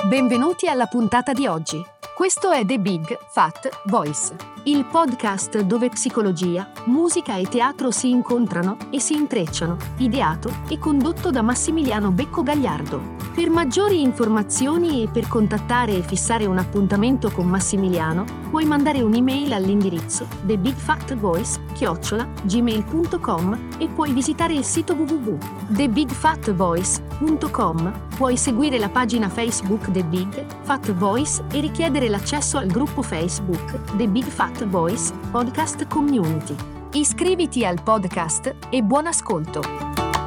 Benvenuti alla puntata di oggi. Questo è The Big Fat Voice, il podcast dove psicologia, musica e teatro si incontrano e si intrecciano, ideato e condotto da Massimiliano Becco Gagliardo. Per maggiori informazioni e per contattare e fissare un appuntamento con Massimiliano, puoi mandare un'email all'indirizzo thebigfatvoice@gmail.com e puoi visitare il sito www.thebigfatvoice.com. Puoi seguire la pagina Facebook The Big Fat Voice e richiedere l'accesso al gruppo Facebook The Big Fat Voice Podcast Community. Iscriviti al podcast e buon ascolto!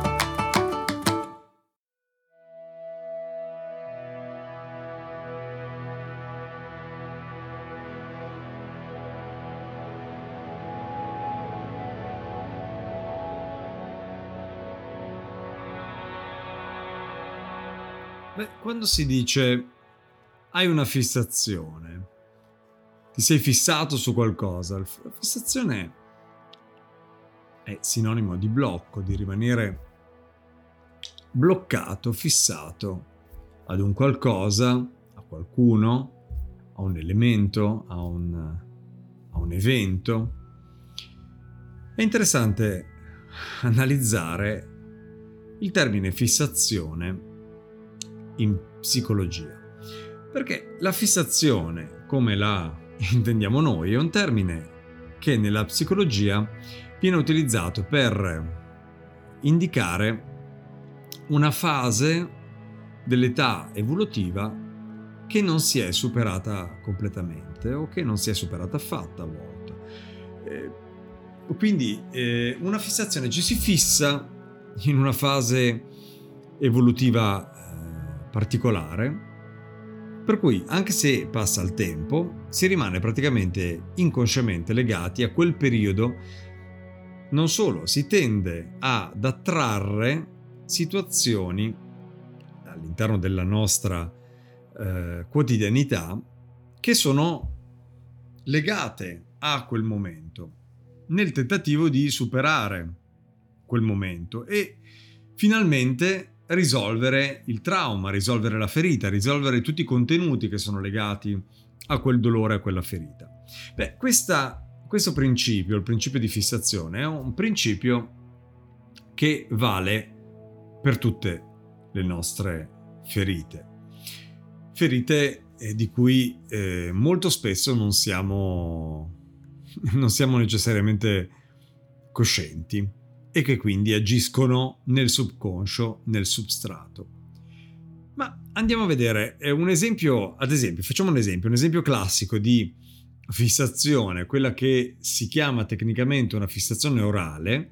Quando si dice hai una fissazione, ti sei fissato su qualcosa, la fissazione è sinonimo di blocco, di rimanere bloccato, fissato ad un qualcosa, a qualcuno, a un elemento, a un evento. È interessante analizzare il termine fissazione in psicologia, perché la fissazione, come la intendiamo noi, è un termine che nella psicologia viene utilizzato per indicare una fase dell'età evolutiva che non si è superata completamente o che non si è superata affatto a volte. Quindi una fissazione ci si fissa in una fase evolutiva particolare, per cui anche se passa il tempo si rimane praticamente inconsciamente legati a quel periodo. Non solo, si tende ad attrarre situazioni all'interno della nostra quotidianità che sono legate a quel momento, nel tentativo di superare quel momento e finalmente risolvere il trauma, risolvere la ferita, risolvere tutti i contenuti che sono legati a quel dolore, a quella ferita. Questo principio, il principio di fissazione, è un principio che vale per tutte le nostre ferite. Ferite di cui molto spesso non siamo necessariamente coscienti e che quindi agiscono nel subconscio, nel substrato. Ma andiamo a vedere un esempio, facciamo un esempio classico di fissazione, quella che si chiama tecnicamente una fissazione orale,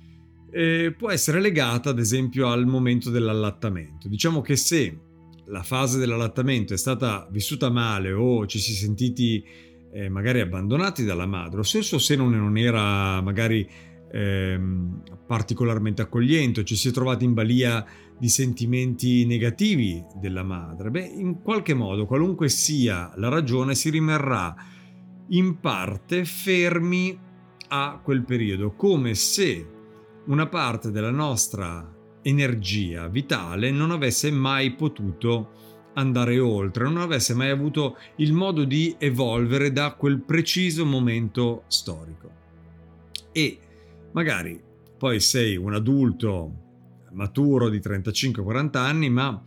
può essere legata ad esempio al momento dell'allattamento. Diciamo che se la fase dell'allattamento è stata vissuta male o ci si è sentiti magari abbandonati dalla madre, o se il suo seno non era magari particolarmente accogliente, ci si è trovati in balia di sentimenti negativi della madre, in qualche modo, qualunque sia la ragione, si rimarrà in parte fermi a quel periodo, come se una parte della nostra energia vitale non avesse mai potuto andare oltre, non avesse mai avuto il modo di evolvere da quel preciso momento storico. E magari poi sei un adulto maturo di 35-40 anni, ma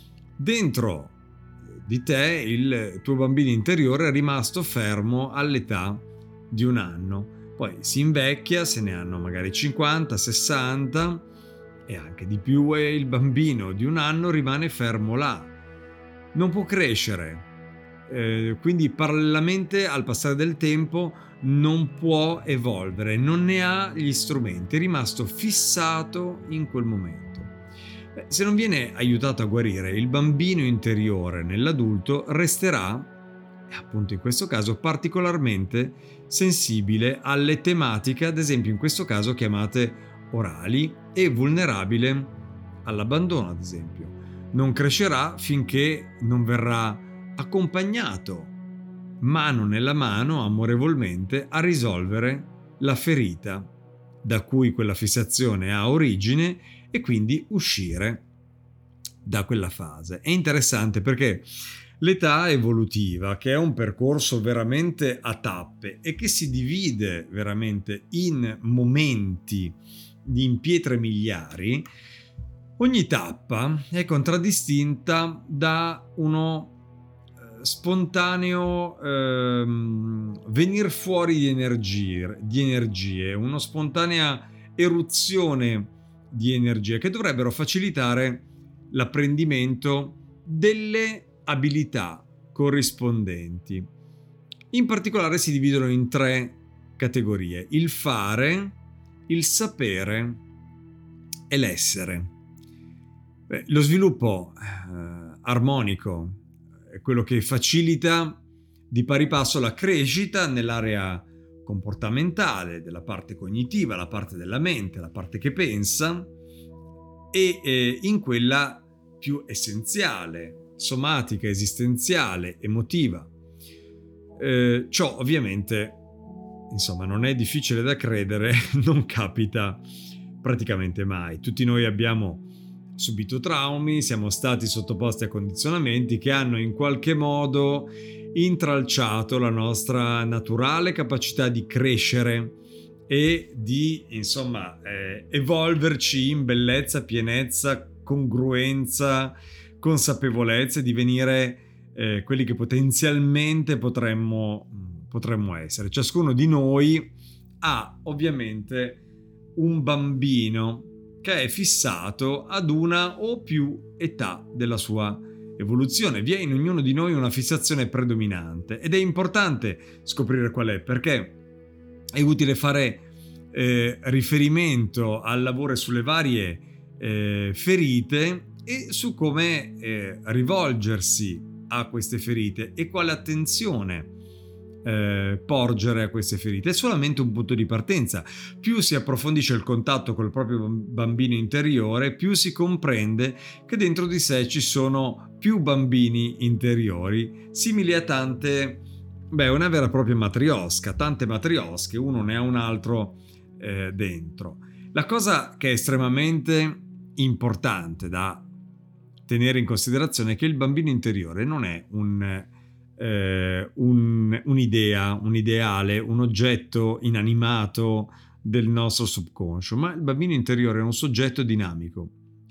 dentro di te il tuo bambino interiore è rimasto fermo all'età di 1 anno. Poi si invecchia, se ne hanno magari 50, 60 e anche di più, e il bambino di 1 anno rimane fermo là. Non può crescere. Quindi parallelamente al passare del tempo non può evolvere, non ne ha gli strumenti, è rimasto fissato in quel momento. Se non viene aiutato a guarire, il bambino interiore nell'adulto resterà, appunto in questo caso, particolarmente sensibile alle tematiche, ad esempio in questo caso chiamate orali, e vulnerabile all'abbandono, ad esempio. Non crescerà finché non verrà accompagnato mano nella mano, amorevolmente, a risolvere la ferita da cui quella fissazione ha origine e quindi uscire da quella fase. È interessante perché l'età evolutiva, che è un percorso veramente a tappe e che si divide veramente in momenti, in pietre miliari, ogni tappa è contraddistinta da uno spontaneo venir fuori di energie, una spontanea eruzione di energie che dovrebbero facilitare l'apprendimento delle abilità corrispondenti. In particolare si dividono in 3 categorie: il fare, il sapere e l'essere. Lo sviluppo armonico è quello che facilita di pari passo la crescita nell'area comportamentale, della parte cognitiva, la parte della mente, la parte che pensa, e in quella più essenziale, somatica, esistenziale, emotiva. Ciò ovviamente, insomma, non è difficile da credere, non capita praticamente mai. Tutti noi abbiamo subito traumi, siamo stati sottoposti a condizionamenti che hanno in qualche modo intralciato la nostra naturale capacità di crescere e di, insomma, evolverci in bellezza, pienezza, congruenza, consapevolezza, e divenire quelli che potenzialmente potremmo essere. Ciascuno di noi ha ovviamente un bambino che è fissato ad una o più età della sua evoluzione. Vi è in ognuno di noi una fissazione predominante ed è importante scoprire qual è, perché è utile fare riferimento al lavoro sulle varie ferite e su come rivolgersi a queste ferite e quale attenzione porgere a queste ferite. È solamente un punto di partenza. Più si approfondisce il contatto col proprio bambino interiore, più si comprende che dentro di sé ci sono più bambini interiori, simili a tante, una vera e propria matriosca, tante matriosche, uno ne ha un altro dentro. La cosa che è estremamente importante da tenere in considerazione è che il bambino interiore non è un'idea, un ideale, un oggetto inanimato del nostro subconscio, ma il bambino interiore è un soggetto dinamico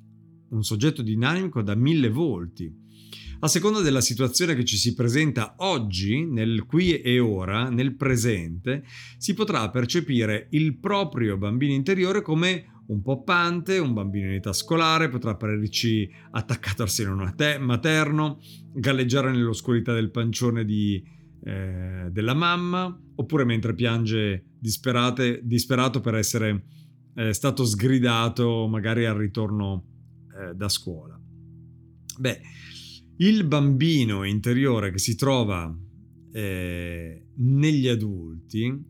da 1000 volti. A seconda della situazione che ci si presenta oggi, nel qui e ora, nel presente, si potrà percepire il proprio bambino interiore come un poppante, un bambino in età scolare, potrà apparirci attaccato al seno materno, galleggiare nell'oscurità del pancione della mamma, oppure mentre piange disperato per essere stato sgridato magari al ritorno da scuola. Il bambino interiore che si trova negli adulti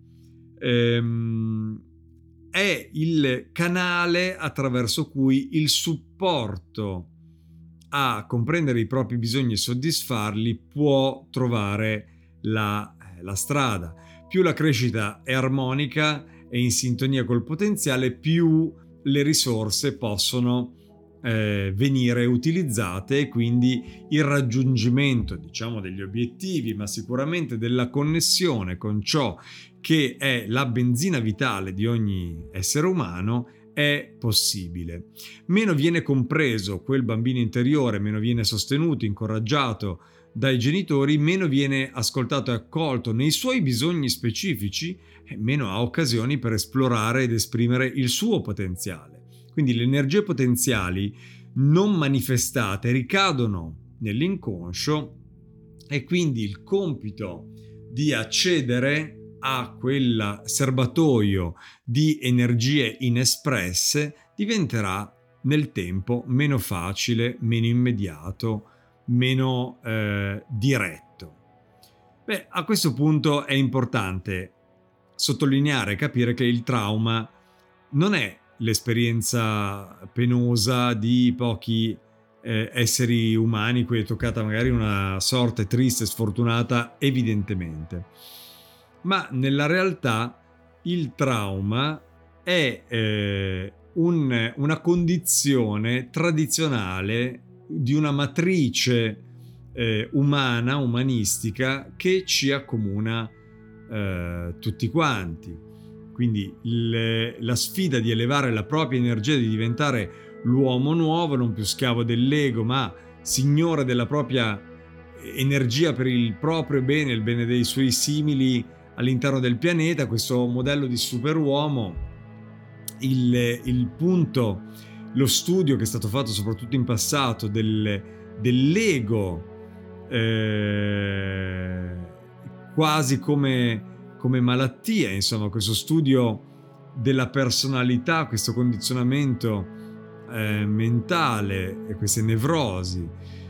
è il canale attraverso cui il supporto a comprendere i propri bisogni e soddisfarli può trovare la strada. Più la crescita è armonica e in sintonia col potenziale, più le risorse possono venire utilizzate e quindi il raggiungimento, degli obiettivi, ma sicuramente della connessione con ciò che è la benzina vitale di ogni essere umano è possibile. Meno viene compreso quel bambino interiore, meno viene sostenuto, incoraggiato dai genitori, meno viene ascoltato e accolto nei suoi bisogni specifici e meno ha occasioni per esplorare ed esprimere il suo potenziale. Quindi le energie potenziali non manifestate ricadono nell'inconscio e quindi il compito di accedere a quel serbatoio di energie inespresse diventerà nel tempo meno facile, meno immediato, meno diretto. A questo punto è importante sottolineare e capire che il trauma non è l'esperienza penosa di pochi esseri umani cui è toccata magari una sorte triste e sfortunata, evidentemente, ma nella realtà il trauma è una condizione tradizionale di una matrice umana, umanistica, che ci accomuna tutti quanti. Quindi la sfida di elevare la propria energia, di diventare l'uomo nuovo, non più schiavo dell'ego, ma signore della propria energia per il proprio bene, il bene dei suoi simili all'interno del pianeta, questo modello di superuomo. Il punto, lo studio che è stato fatto soprattutto in passato dell'ego, quasi come malattia, insomma, questo studio della personalità, questo condizionamento mentale e queste nevrosi.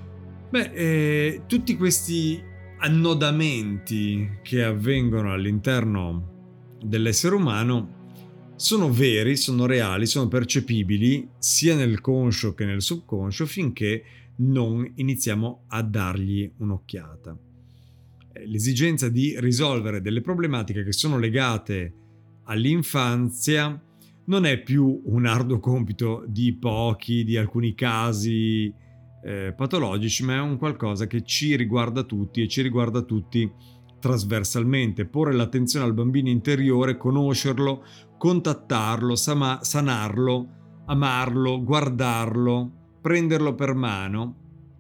Tutti questi annodamenti che avvengono all'interno dell'essere umano sono veri, sono reali, sono percepibili sia nel conscio che nel subconscio, finché non iniziamo a dargli un'occhiata. L'esigenza di risolvere delle problematiche che sono legate all'infanzia non è più un arduo compito di pochi, di alcuni casi patologici, ma è un qualcosa che ci riguarda tutti e ci riguarda tutti trasversalmente. Porre l'attenzione al bambino interiore, conoscerlo, contattarlo, sanarlo, amarlo, guardarlo, prenderlo per mano,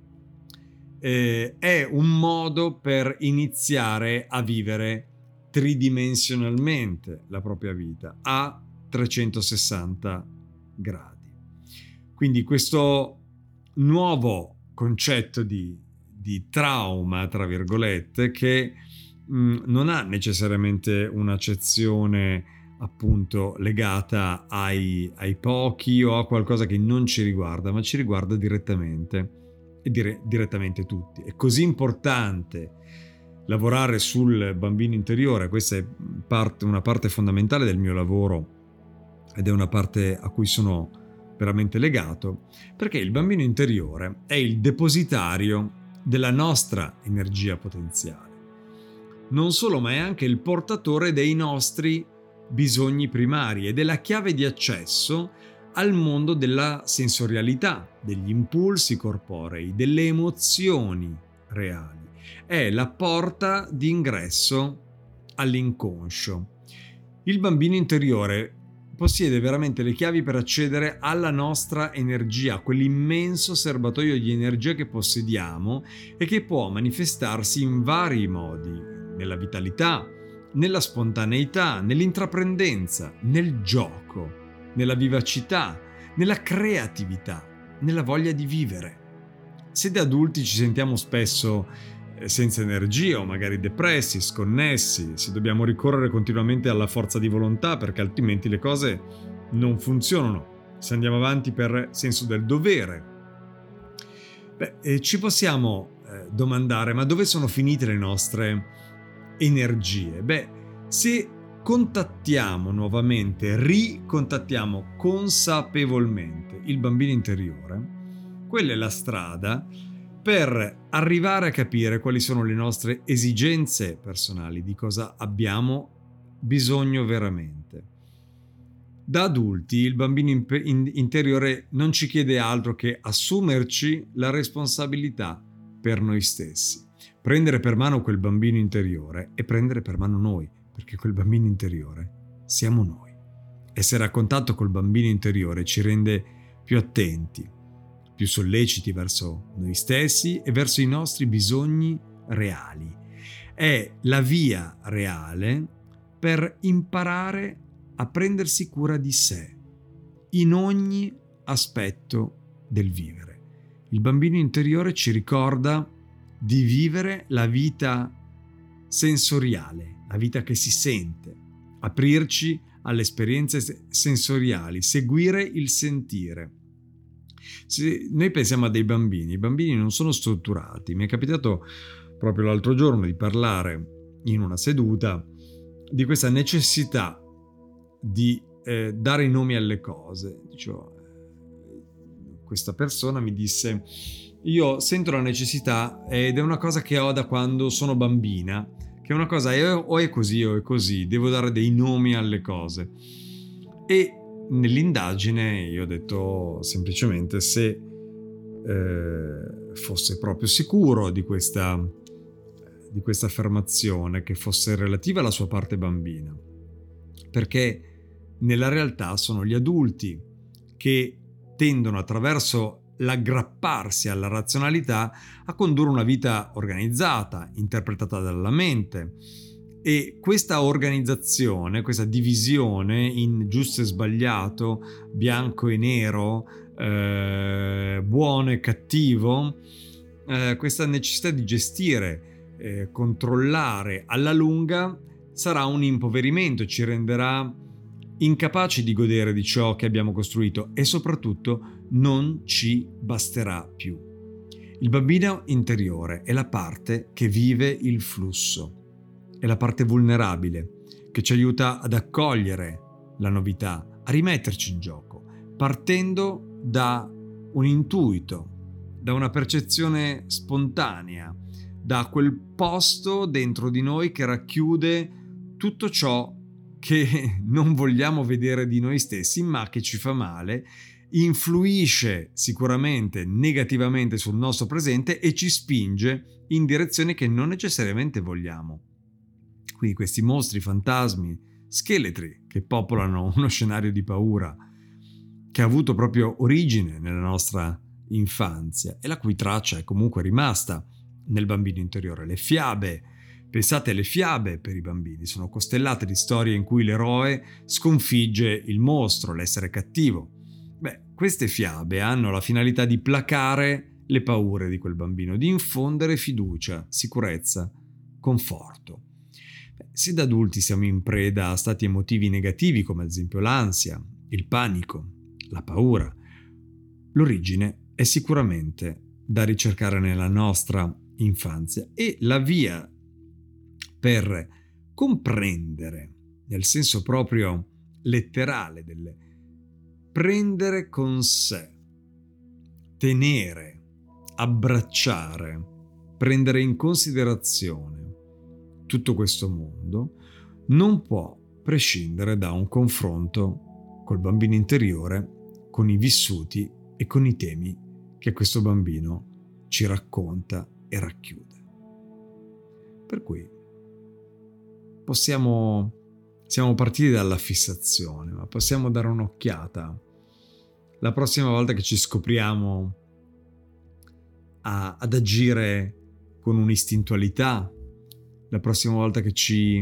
è un modo per iniziare a vivere tridimensionalmente la propria vita a 360 gradi. Quindi questo nuovo concetto di trauma, tra virgolette, che non ha necessariamente un'accezione appunto legata ai pochi o a qualcosa che non ci riguarda, ma ci riguarda direttamente e direttamente tutti. È così importante lavorare sul bambino interiore. Questa è una parte fondamentale del mio lavoro ed è una parte a cui sono veramente legato, perché il bambino interiore è il depositario della nostra energia potenziale. Non solo, ma è anche il portatore dei nostri bisogni primari ed è la chiave di accesso al mondo della sensorialità, degli impulsi corporei, delle emozioni reali. È la porta d'ingresso all'inconscio. Il bambino interiore possiede veramente le chiavi per accedere alla nostra energia, quell'immenso serbatoio di energia che possediamo e che può manifestarsi in vari modi, nella vitalità, nella spontaneità, nell'intraprendenza, nel gioco, nella vivacità, nella creatività, nella voglia di vivere. Se da adulti ci sentiamo spesso senza energia o magari depressi, sconnessi, se dobbiamo ricorrere continuamente alla forza di volontà perché altrimenti le cose non funzionano, se andiamo avanti per senso del dovere, ci possiamo domandare: ma dove sono finite le nostre energie? Se contattiamo nuovamente, ricontattiamo consapevolmente il bambino interiore, quella è la strada per arrivare a capire quali sono le nostre esigenze personali, di cosa abbiamo bisogno veramente. Da adulti il bambino interiore non ci chiede altro che assumerci la responsabilità per noi stessi, prendere per mano quel bambino interiore e prendere per mano noi, perché quel bambino interiore siamo noi. Essere a contatto col bambino interiore ci rende più attenti, più solleciti verso noi stessi e verso i nostri bisogni reali. È la via reale per imparare a prendersi cura di sé in ogni aspetto del vivere. Il bambino interiore ci ricorda di vivere la vita sensoriale, la vita che si sente, aprirci alle esperienze sensoriali, seguire il sentire. Se noi pensiamo a dei bambini, i bambini non sono strutturati. Mi è capitato proprio l'altro giorno di parlare in una seduta di questa necessità di dare i nomi alle cose. Questa persona mi disse: io sento la necessità, ed è una cosa che ho da quando sono bambina, che è una cosa o è così, devo dare dei nomi alle cose. E nell'indagine io ho detto semplicemente: se fosse proprio sicuro di questa affermazione, che fosse relativa alla sua parte bambina, perché nella realtà sono gli adulti che tendono, attraverso l'aggrapparsi alla razionalità, a condurre una vita organizzata, interpretata dalla mente. E questa organizzazione, questa divisione in giusto e sbagliato, bianco e nero, buono e cattivo, questa necessità di gestire, controllare alla lunga, sarà un impoverimento, ci renderà incapaci di godere di ciò che abbiamo costruito e soprattutto non ci basterà più. Il bambino interiore è la parte che vive il flusso, è la parte vulnerabile che ci aiuta ad accogliere la novità, a rimetterci in gioco, partendo da un intuito, da una percezione spontanea, da quel posto dentro di noi che racchiude tutto ciò che non vogliamo vedere di noi stessi, ma che ci fa male, influisce sicuramente negativamente sul nostro presente e ci spinge in direzioni che non necessariamente vogliamo. Quindi questi mostri, fantasmi, scheletri che popolano uno scenario di paura che ha avuto proprio origine nella nostra infanzia e la cui traccia è comunque rimasta nel bambino interiore. Le fiabe, pensate alle fiabe per i bambini, sono costellate di storie in cui l'eroe sconfigge il mostro, l'essere cattivo. Queste fiabe hanno la finalità di placare le paure di quel bambino, di infondere fiducia, sicurezza, conforto. Se da adulti siamo in preda a stati emotivi negativi come ad esempio l'ansia, il panico, la paura, l'origine è sicuramente da ricercare nella nostra infanzia e la via per comprendere, nel senso proprio letterale del prendere con sé, tenere, abbracciare, prendere in considerazione tutto questo mondo, non può prescindere da un confronto col bambino interiore, con i vissuti e con i temi che questo bambino ci racconta e racchiude. Per cui siamo partiti dalla fissazione, ma possiamo dare un'occhiata la prossima volta che ci scopriamo ad agire con un'istintualità, la prossima volta che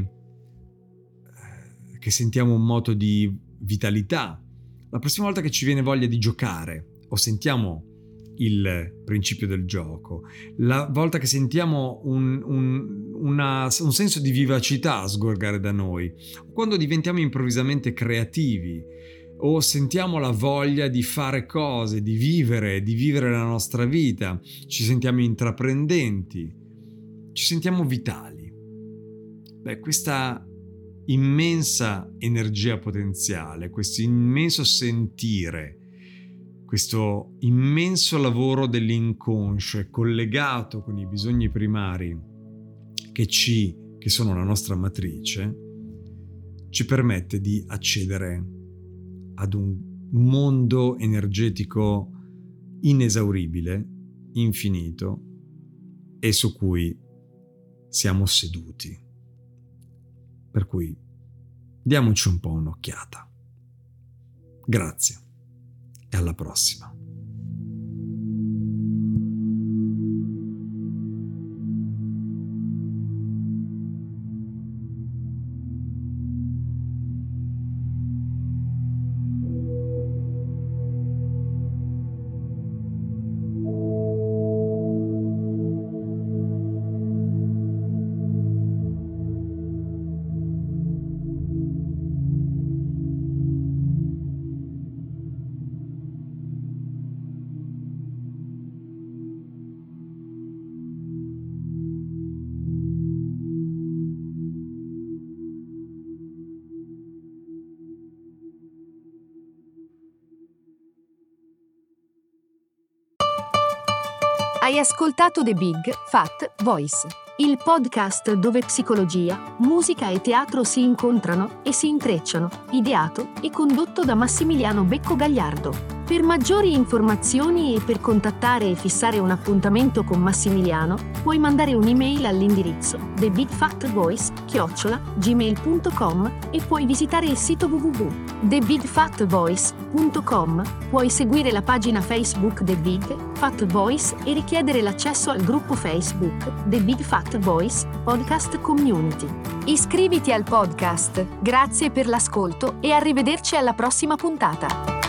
sentiamo un moto di vitalità, la prossima volta che ci viene voglia di giocare o sentiamo il principio del gioco, la volta che sentiamo un senso di vivacità sgorgare da noi, quando diventiamo improvvisamente creativi o sentiamo la voglia di fare cose, di vivere la nostra vita, ci sentiamo intraprendenti, ci sentiamo vitali. Questa immensa energia potenziale, questo immenso sentire, questo immenso lavoro dell'inconscio è collegato con i bisogni primari che sono la nostra matrice, ci permette di accedere ad un mondo energetico inesauribile, infinito e su cui siamo seduti. Per cui diamoci un po' un'occhiata. Grazie e alla prossima. Hai ascoltato The Big Fat Voice, il podcast dove psicologia, musica e teatro si incontrano e si intrecciano, ideato e condotto da Massimiliano Becco Gagliardo. Per maggiori informazioni e per contattare e fissare un appuntamento con Massimiliano, puoi mandare un'email all'indirizzo thebigfatvoice@gmail.com e puoi visitare il sito www.thebigfatvoice.com. Puoi seguire la pagina Facebook The Big Fat Voice e richiedere l'accesso al gruppo Facebook The Big Fat Voice Podcast Community. Iscriviti al podcast. Grazie per l'ascolto e arrivederci alla prossima puntata.